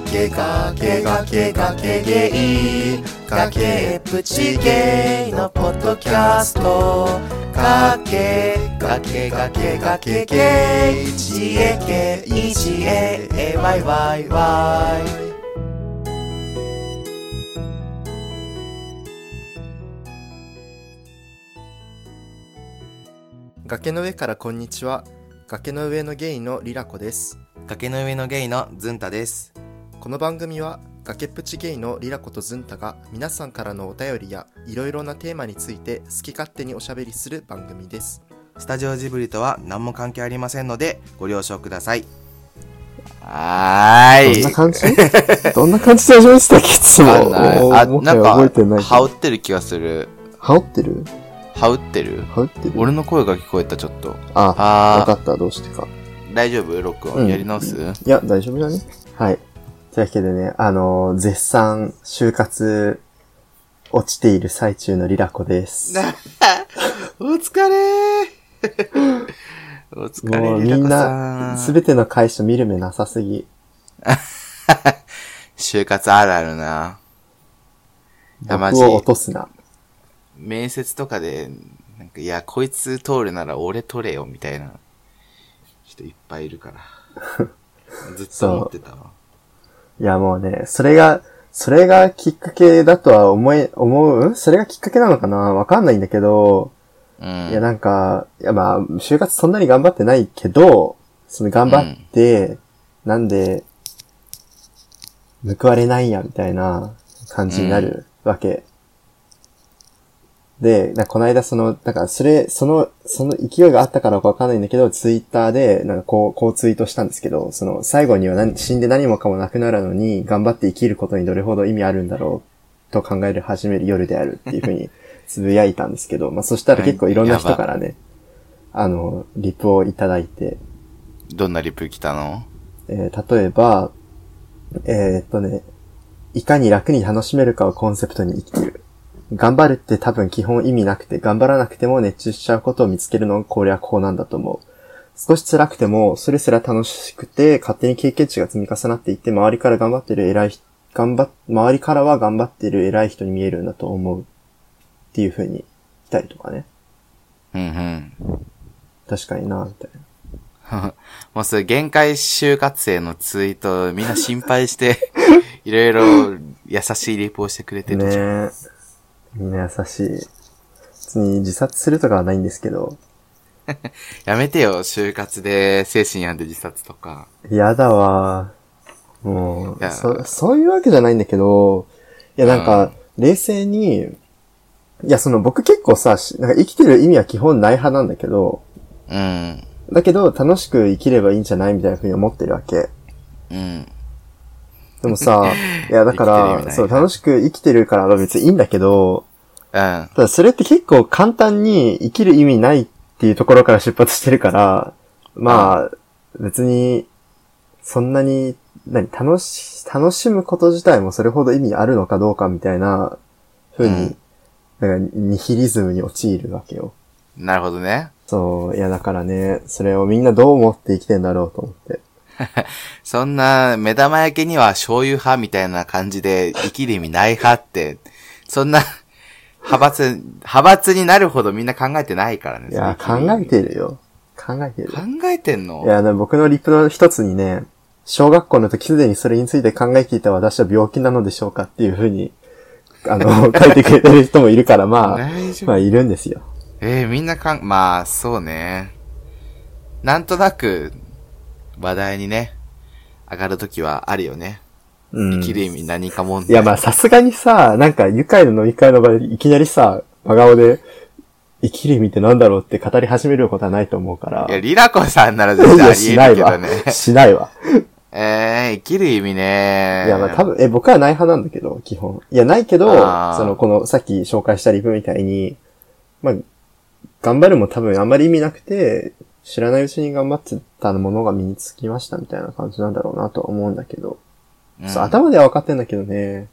けゲイ崖っぷちゲイのポッドキャスト崖ゲイ GAKEGAYYY 崖の上からこんにちは。崖の上のゲイのリラコです。 崖の上のゲイのズンタです。 この番組は崖っぷちゲイのリラコとズンタが皆さんからのお便りやいろいろなテーマについて好き勝手におしゃべりする番組です。 スタジオジブリとは何も関係ありませんのでご了承ください。はーい。 どんな感じどんな感じで始めてたっけいつも。 なんか、羽織ってる気がする。 羽織ってる俺の声が聞こえた、ちょっと。 わかった、どうしてか。 大丈夫？録音、やり直す？ いや、大丈夫だね。はい。というわけでね、絶賛、就活、落ちている最中のリラコです。 お疲れー。お疲れ、 もうリラコさん。 みんな、すべての会社見る目なさすぎ。 就活あるあるな。 僕を落とすな。 面接とかで、なんか、いや、こいつ通るなら俺取れよ、みたいな人いっぱいいるから。ずっと思ってたわ。 いや、もうね、それがきっかけだとは思う？それがきっかけなのかな？わかんないんだけど、いや、なんか、いや、まあ、就活そんなに頑張ってないけど、頑張って、なんで、報われないんや、みたいな感じになるわけ。で、この間その勢いがあったからかわかんないんだけど、ツイッターで、こうツイートしたんですけど、最後には死んで何もかもなくなるのに、頑張って生きることにどれほど意味あるんだろう、と考え始める夜であるっていう風につぶやいたんですけど、まあ、そしたら結構いろんな人からね、リプをいただいて。 どんなリプ来たの？ 例えば、いかに楽に楽しめるかをコンセプトに生きてる。頑張るって多分基本意味なくて、頑張らなくても熱中しちゃうことを見つけるのがこれはこうなんだと思う。少し辛くても、それすら楽しくて、勝手に経験値が積み重なっていって、周りからは頑張ってる偉い人に見えるんだと思う。っていう風に来たりとかね。確かにな、みたいな。もうそれ限界就活生のツイート、みんな心配して、いろいろ優しいリポをしてくれてるじゃん。 ねえ。みんな優しい。別に自殺するとかはないんですけど。 やめてよ、就活で精神病んで自殺とか。 やだわ。もう、そういうわけじゃないんだけど、いや冷静に、いや僕結構さ、生きてる意味は基本ない派なんだけど、だけど楽しく生きればいいんじゃないみたいな風に思ってるわけ。でもさ、いやだから、楽しく生きてるからは別にいいんだけど、ただそれって結構簡単に生きる意味ないっていうところから出発してるから、まあ、別に、そんなに、楽しむこと自体もそれほど意味あるのかどうかみたいな風に、ニヒリズムに陥るわけよ。 なるほどね。 そう、いやだからね、それをみんなどう思って生きてんだろうと思って。 そんな、目玉焼きには醤油派みたいな感じで生きる意味ない派って、そんな、派閥になるほどみんな考えてないからね。 いや、考えてるよ。考えてんの？ いや、僕のリプの一つにね、小学校の時すでにそれについて考えていた私は病気なのでしょうかっていう風に、書いてくれてる人もいるから、まあ、いるんですよ。 みんなまあ、そうね。なんとなく、話題にね、上がるときはあるよね。生きる意味何か問題。 いや、まあさすがにさ、愉快な飲み会の場でいきなりさ、真顔で、生きる意味ってなんだろうって語り始めることはないと思うから。 いや、リラコさんなら全然あり得るけどね。 しないわ。 生きる意味ね。 いや、まあ多分、僕はない派なんだけど、基本。いや、ないけど、このさっき紹介したリプみたいに、まあ、頑張るも多分あんまり意味なくて、知らないうちに頑張ってたものが身につきましたみたいな感じなんだろうなとは思うんだけど。頭では分かってんだけどね。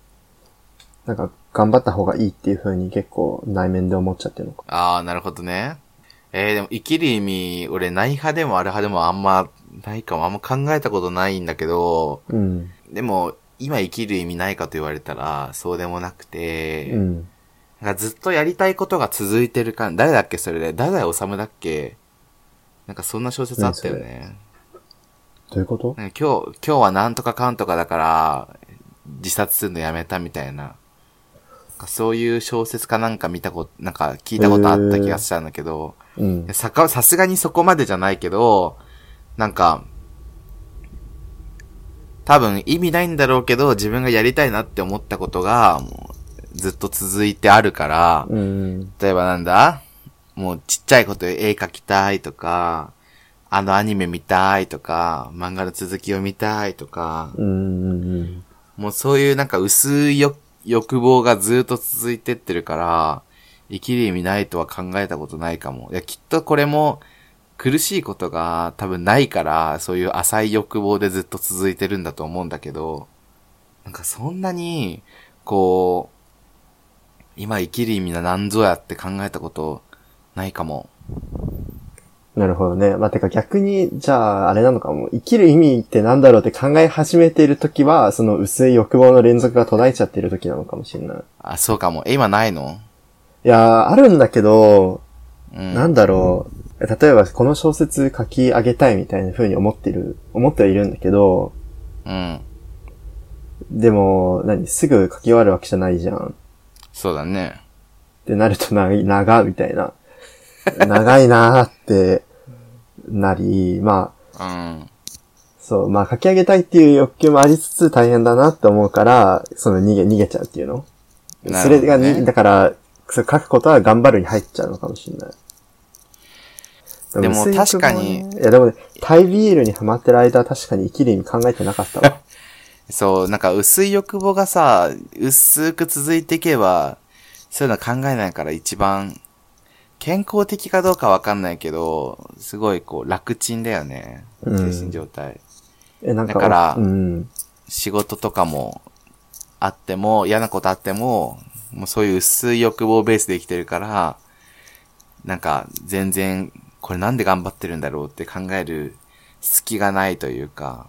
頑張った方がいいっていう風に結構内面で思っちゃってるのか。 なるほどね。でも生きる意味、俺ない派でもある派でもあんまないかも。あんま考えたことないんだけど、 うん。 でも、今生きる意味ないかと言われたら、そうでもなくて、 うん。 なんかずっとやりたいことが続いてる感、誰だっけそれで、太宰治だっけ？なんかそんな小説あったよね。 どういうこと？ なんか今日はなんとかかんとかだから、自殺するのやめたみたいな。そういう小説かなんか見たこと、なんか聞いたことあった気がしたんだけど、 うん、 さすがにそこまでじゃないけど、なんか、多分意味ないんだろうけど、自分がやりたいなって思ったことが、もうずっと続いてあるから、 うん、 例えばなんだ？もうちっちゃいこと絵描きたいとか、あのアニメ見たいとか、漫画の続きを見たいとか、もうそういうなんか薄い欲望がずっと続いてってるから、生きる意味ないとは考えたことないかも。いや、きっとこれも苦しいことが多分ないから、そういう浅い欲望でずっと続いてるんだと思うんだけど、なんかそんなに、こう、今生きる意味は何ぞやって考えたことないかも。 なるほどね。まあ、てか逆に、じゃあ、あれなのかも。生きる意味ってなんだろうって考え始めているときは、その薄い欲望の連続が途絶えちゃってるときなのかもしれない。 あ、そうかも。今ないの？ いやー、あるんだけど、なんだろう。例えば、この小説書き上げたいみたいな風に思ってはいるんだけど、 うん。 でも、すぐ書き終わるわけじゃないじゃん。 そうだね。 ってなると長みたいな。長いなーってなり、まあ、そう、まあ書き上げたいっていう欲求もありつつ大変だなって思うから、その逃げちゃうっていうの。ね、それがだから、書くことは頑張るに入っちゃうのかもしれない。 でも確かに。 いやでもね、タイビールにハマってる間は確かに生きる意味考えてなかったわ。 そう、なんか薄い欲望がさ、薄く続いていけば、そういうの考えないから一番、健康的かどうかわかんないけど、すごいこう楽ちんだよね。精神状態。だから、仕事とかもあっても、嫌なことあっても、もうそういう薄い欲望ベースで生きてるから、なんか全然、これなんで頑張ってるんだろうって考える隙がないというか。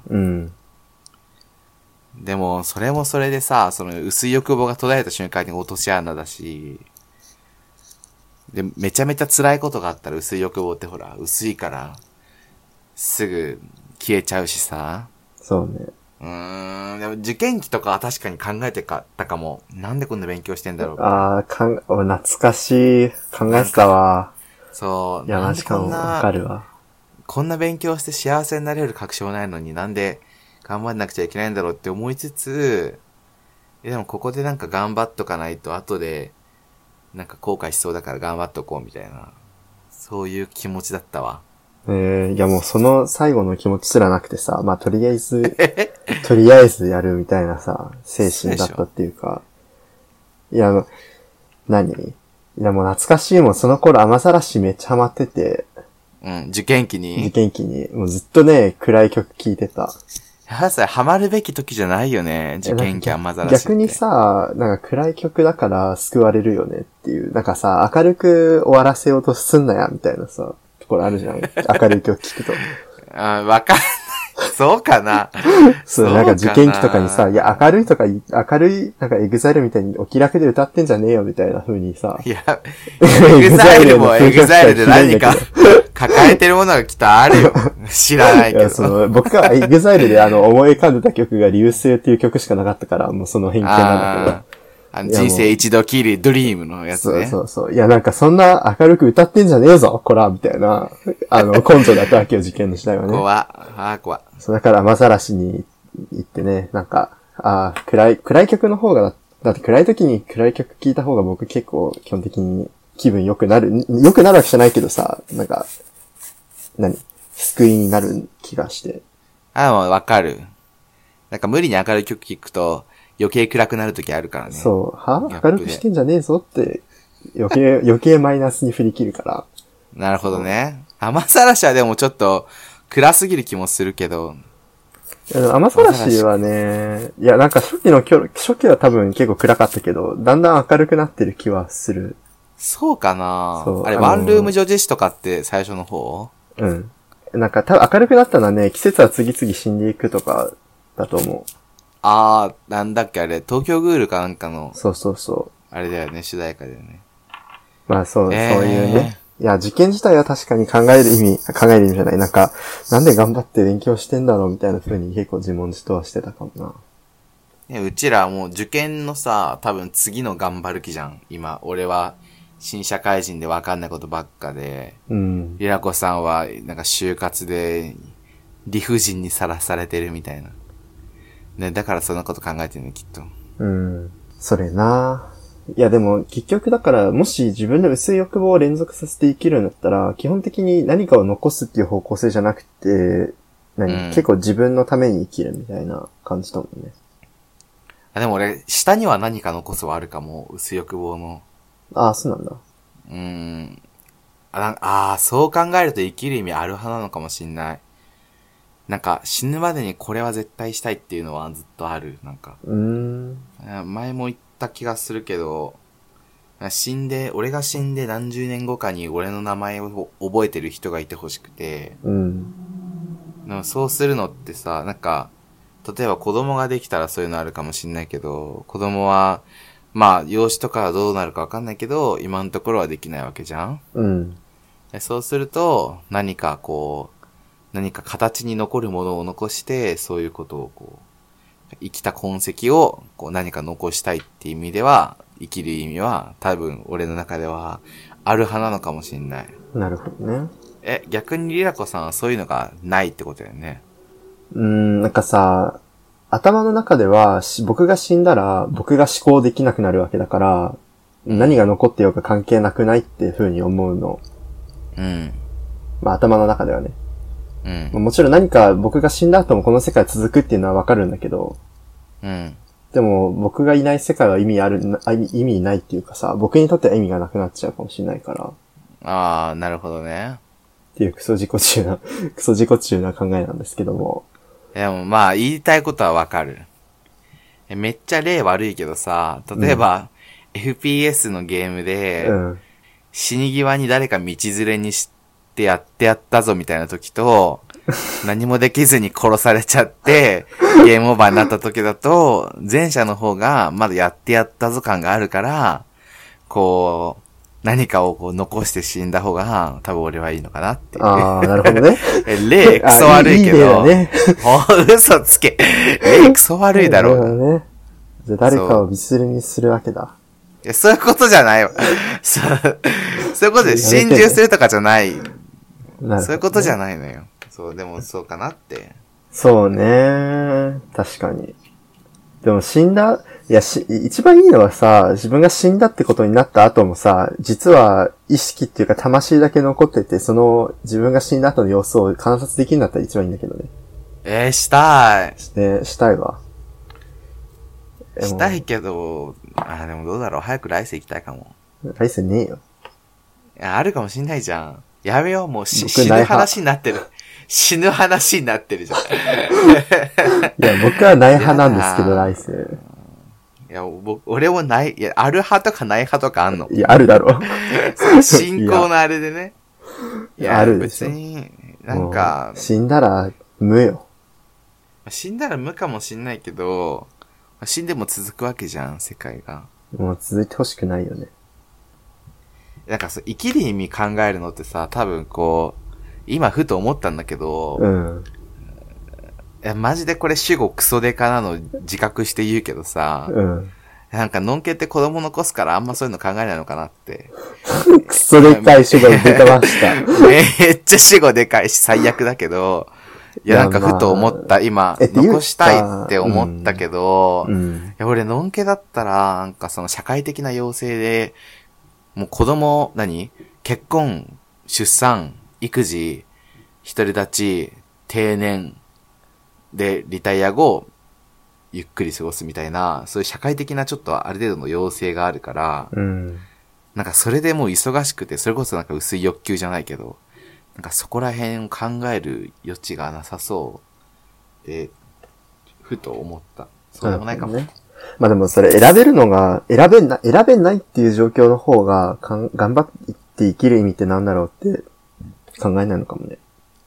でも、それもそれでさ、その薄い欲望が途絶えた瞬間に落とし穴だし、で、めちゃめちゃ辛いことがあったら薄い欲望ってほら、薄いから、すぐ消えちゃうしさ。 そうね。 でも受験期とかは確かに考えてたかも。なんでこんな勉強してんだろう。 懐かしい。考えてたわ。 そう。 いや、マジかもわかるわ。 こんな勉強して幸せになれる確証ないのになんで頑張んなくちゃいけないんだろうって思いつつ、でもここでなんか頑張っとかないと後で、なんか後悔しそうだから頑張っとこうみたいな。そういう気持ちだったわ。 いやもうその最後の気持ちすらなくてさ、まあとりあえずやるみたいなさ、精神だったっていうか。いやいやもう懐かしいもん、その頃雨ざらしめっちゃハマってて。 受験期に。 もうずっとね、暗い曲聴いてた。 ハマるべき時じゃないよね、受験期雨ざらしって。 逆にさ、なんか暗い曲だから救われるよねっていう。なんかさ、明るく終わらせようとすんなや、みたいなさ、ところあるじゃん。明るい曲聴くと。 わかんない。そうかな。 そう、なんか受験期とかにさ、いや、明るい、なんかエグザイルみたいにお気楽で歌ってんじゃねえよ、みたいな風にさ。 いや、エグザイルもエグザイルで何か抱えてるものがきっとあるよ。知らないけど。 いや、僕はエグザイルで思い浮かんでた曲が流星っていう曲しかなかったから、もうその偏見なんだけど。 人生一度きりドリームのやつね。 そう。いや、なんかそんな明るく歌ってんじゃねえぞ、こらみたいな、根性だったわけよ、受験の時代はね。 怖。 そう、だから雨ざらしに行ってね、なんか、暗い曲の方が、だって暗い時に暗い曲聴いた方が僕結構基本的に気分良くなるわけじゃないけどさ、なんか、救いになる気がして。 わかる。なんか無理に明るい曲聴くと、余計暗くなるときあるからね。 そう。明るくしてんじゃねえぞって、余計マイナスに振り切るから。 なるほどね。雨ざらしはでもちょっと暗すぎる気もするけど。 雨ざらしはね、いやなんか初期は多分結構暗かったけど、だんだん明るくなってる気はする。 そうかなあれ、ワンルーム女子誌とかって最初の方？ うん。 なんか多分明るくなったのはね、季節は次々死んでいくとかだと思う。 あー、なんだっけあれ、東京グールかなんかの。 そうそうそう。 あれだよね、主題歌だよね。 まあそういうね。いや、受験自体は確かに考える意味じゃない。なんか、なんで頑張って勉強してんだろうみたいな風に結構自問自答はしてたかもな。 うちらもう受験のさ、多分次の頑張る気じゃん。今、俺は新社会人で分かんないことばっかで、リラコさんはなんか就活で理不尽にさらされてるみたいな。ね、だからそんなこと考えてるね、きっと。 それな。いやでも結局だからもし自分の薄い欲望を連続させて生きるんだったら基本的に何かを残すっていう方向性じゃなくて結構自分のために生きるみたいな感じだもんね。 でも俺下には何か残すはあるかも。薄い欲望の。 ああ、そうなんだ。そう考えると生きる意味ある派なのかもしんない。なんか死ぬまでにこれは絶対したいっていうのはずっとある。なんか。前も言った気がするけど、俺が死んで何十年後かに俺の名前を覚えてる人がいてほしくて。でもそうするのってさ、なんか、例えば子供ができたらそういうのあるかもしんないけど、子供は、まあ、養子とかはどうなるかわかんないけど、今のところはできないわけじゃん？そうすると、何か形に残るものを残して、そういうことを生きた痕跡を何か残したいっていう意味では、生きる意味は多分俺の中ではある派なのかもしれない。 なるほどね。 逆にリラコさんはそういうのがないってことだよね。 なんかさ、頭の中では僕が死んだら僕が思考できなくなるわけだから、何が残ってようか関係なくないっていう風に思うの。まあ頭の中ではね。もちろん何か僕が死んだ後もこの世界続くっていうのはわかるんだけど、でも僕がいない世界は意味ないっていうかさ、僕にとっては意味がなくなっちゃうかもしれないから。 ああ、なるほどね。 っていうクソ自己中な考えなんですけども。 でもまあ言いたいことはわかる。めっちゃ例悪いけどさ、例えば、FPS のゲームで、死に際に誰か道連れにしてやってやったぞみたいな時と、何もできずに殺されちゃって、ゲームオーバーになった時だと、前者の方がまだやってやったぞ感があるから、何かを残して死んだ方が多分俺はいいのかなっていう。 ああ、なるほどね。 例クソ悪いけど。 いいね。 嘘つけ。例クソ悪いだろう。 なるほどね。じゃあ誰かを道連れにするわけだ。 いや、そういうことじゃないわ。そういうことで心中するとかじゃない。そういうことじゃないのよ。そう、でもそうかなって。 そうね。確かに。でも一番いいのはさ、自分が死んだってことになった後もさ、実は意識っていうか魂だけ残ってて、その自分が死んだ後の様子を観察できるんだったら一番いいんだけどね。 したい。 したいわ。 したいけど、でもどうだろう。早く来世行きたいかも。 来世ねえよ。 いや、あるかもしんないじゃん。やめよう、もう死ぬ話になってる。死ぬ話になってるじゃん。いや、僕はない派なんですけど、来世。 いや、俺もない、いや、ある派とかない派とかあんの？ いや、あるだろ。 信仰のあれでね。 いや、あるでしょ。 別に、なんか。 死んだら無よ。 死んだら無かもしんないけど、死んでも続くわけじゃん、世界が。 もう続いてほしくないよね。 なんか生きる意味考えるのってさ、多分今ふと思ったんだけど、いや、マジでこれ主語クソデカなの自覚して言うけどさ、なんかのんけって子供残すからあんまそういうの考えないのかなって。 クソでかい主語出てました。 めっちゃ主語でかいし最悪だけど、いやなんかふと思った、今、残したいって思ったけど、いや俺のんけだったら、なんかその社会的な要請で、もう子供、結婚、出産、育児、独り立ち、定年、で、リタイア後、ゆっくり過ごすみたいな、そういう社会的なちょっとある程度の要請があるから、なんかそれでもう忙しくて、それこそなんか薄い欲求じゃないけど、なんかそこら辺を考える余地がなさそうで、ふと思った。そうでもないかも。ね、 まあでもそれ選べないっていう状況の方が、頑張って生きる意味ってなんだろうって考えないのかもね。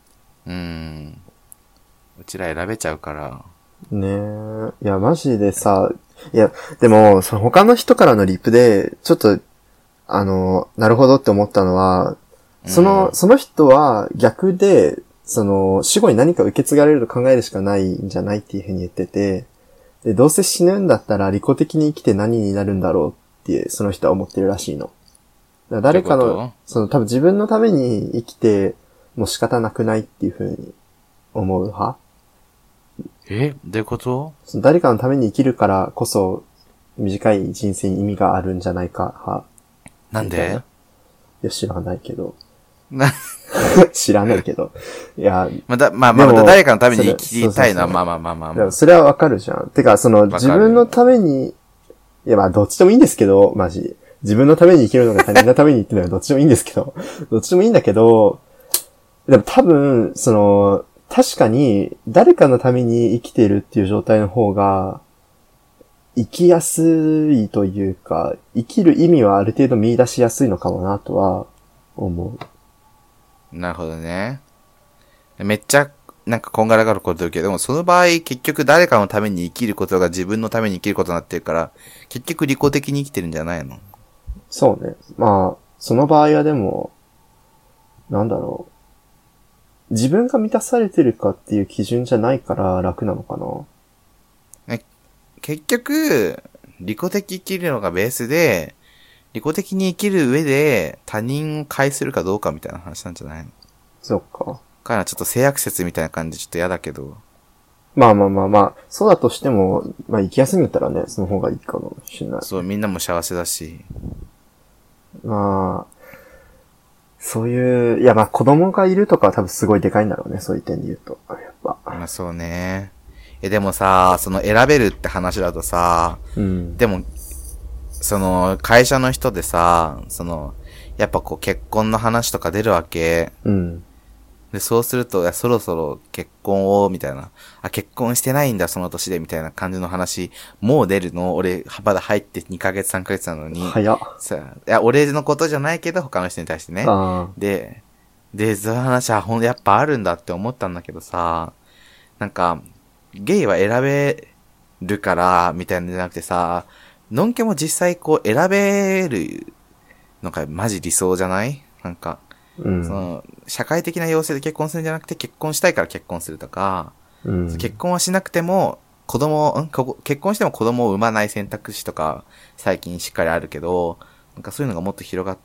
うちら選べちゃうから。 ねえ。いや、マジでさ、いや、でも、その他の人からのリプで、ちょっと、なるほどって思ったのは、その人は逆で、死後に何か受け継がれると考えるしかないんじゃないっていうふうに言ってて、で、どうせ死ぬんだったら利己的に生きて何になるんだろうって、その人は思ってるらしいの。だから誰かの、多分自分のために生きて、もう仕方なくないっていうふうに思う派？ どういうこと？ 誰かのために生きるからこそ、短い人生に意味があるんじゃないか派。 なんで？ いや、知らないけど。知らないけど。いや、 まあ、誰かのために生きたいのは、まあ。 それはわかるじゃん。てか、自分のために、いや、まあ、どっちでもいいんですけど、マジ。自分のために生きるのか他人のために生きるのかどっちでもいいんですけど、どっちでもいいんだけど、でも多分、確かに、誰かのために生きているっていう状態の方が、生きやすいというか、生きる意味はある程度見出しやすいのかもなとは思う。なるほどね。めっちゃ、なんかこんがらがること言うけど、でもその場合結局誰かのために生きることが自分のために生きることになってるから、結局利己的に生きてるんじゃないの？ そうね。まあ、その場合はでも、なんだろう。自分が満たされてるかっていう基準じゃないから楽なのかな。 結局、利己的生きるのがベースで、利己的に生きる上で他人を介するかどうかみたいな話なんじゃないの？ そっか。 からちょっと性悪説みたいな感じちょっと嫌だけど。 まあ、そうだとしても、まあ生きやすいんだったらね、その方がいいかもしれない。 そう、みんなも幸せだし。 まあ、そういう、いやまあ子供がいるとかは多分すごいでかいんだろうね、そういう点で言うと。やっぱ。 まあそうね。でもさ、選べるって話だとさ、でも、会社の人でさ、やっぱこう結婚の話とか出るわけ。で、そうすると、そろそろ結婚を、みたいな。結婚してないんだ、その年で、みたいな感じの話、もう出るの？俺、まだ入って2ヶ月、3ヶ月なのに。 早っ。 俺のことじゃないけど、他の人に対してね。で、そういう話はやっぱあるんだって思ったんだけどさ、なんか、ゲイは選べるから、みたいなんじゃなくてさ、ノンケも実際こう選べるのがマジ理想じゃない？なんか、社会的な要請で結婚するんじゃなくて結婚したいから結婚するとか、結婚はしなくても結婚しても子供を産まない選択肢とか最近しっかりあるけど、なんかそういうのがもっと広がって、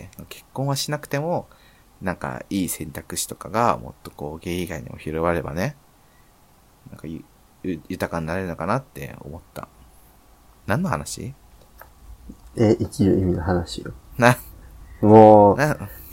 結婚はしなくてもなんかいい選択肢とかがもっとこうゲイ以外にも広がればね、なんか豊かになれるのかなって思った。何の話？ 生きる意味の話よ。もう、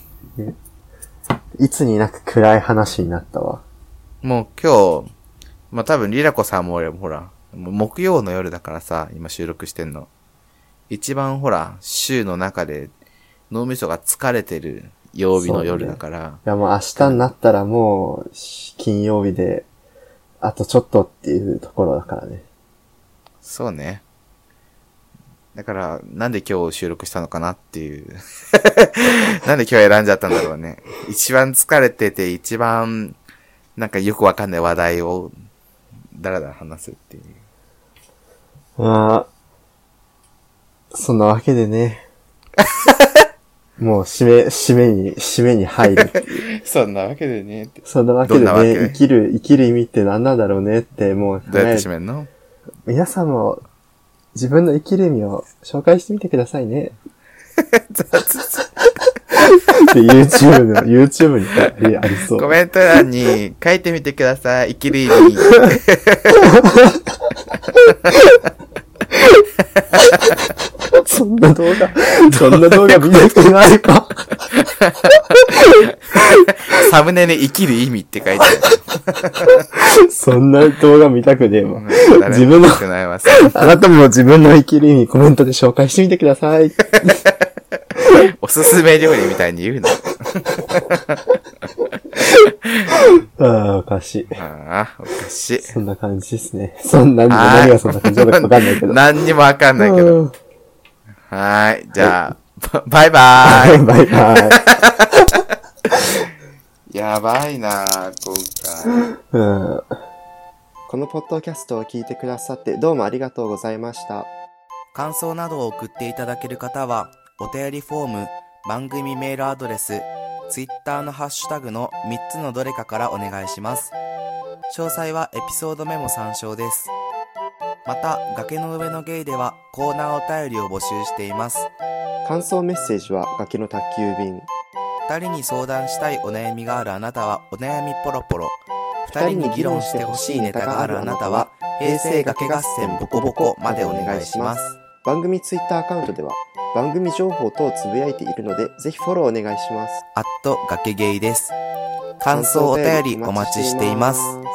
いつになく暗い話になったわ。 もう今日、まあ、多分リラコさんも俺もほら、木曜の夜だからさ、今収録してんの。一番ほら、週の中で脳みそが疲れてる曜日の夜だから。 いやもう明日になったらもう、金曜日で、あとちょっとっていうところだからね。 そうね。だから、なんで今日収録したのかなっていう。なんで今日選んじゃったんだろうね。一番疲れてて、一番、なんかよくわかんない話題を、だらだら話すっていう。 まあ、そんなわけでね。もう締めに入るっていう。 そんなわけでねって。 そんなわけでね、生きる意味って何なんだろうねって、もう、 どうやって締めんの？ 皆さんも、自分の生きる意味を紹介してみてくださいね。で YouTube にありそう。 コメント欄に書いてみてください。生きる意味。 そんな動画見なくないか。 サムネに生きる意味って書いてある。そんな動画見たくねえわ。自分の、あなたも自分の生きる意味コメントで紹介してみてください。 おすすめ料理みたいに言うの。 おかしい。 おかしい。 そんな感じですね。何がそんな感じなのかわかんないけど。 何にもわかんないけど。はい。じゃあ、バイバーイ。 バイバイ。 いややばいな今回。 このポッドキャストを聞いてくださってどうもありがとうございました。 感想などを送っていただける方は、お便りフォーム、番組メールアドレス、ツイッターのハッシュタグの3つのどれかからお願いします。詳細はエピソードメモ参照です。また、崖の上のゲイではコーナーお便りを募集しています。 感想メッセージは崖の宅急便。 2人に相談したいお悩みがあるあなたはお悩みポロポロ。2人に議論してほしいネタがあるあなたは平成崖合戦ボコボコまでお願いします。 番組ツイッターアカウントでは番組情報等をつぶやいているのでぜひフォローお願いします。 崖ゲイです。感想お便りお待ちしています。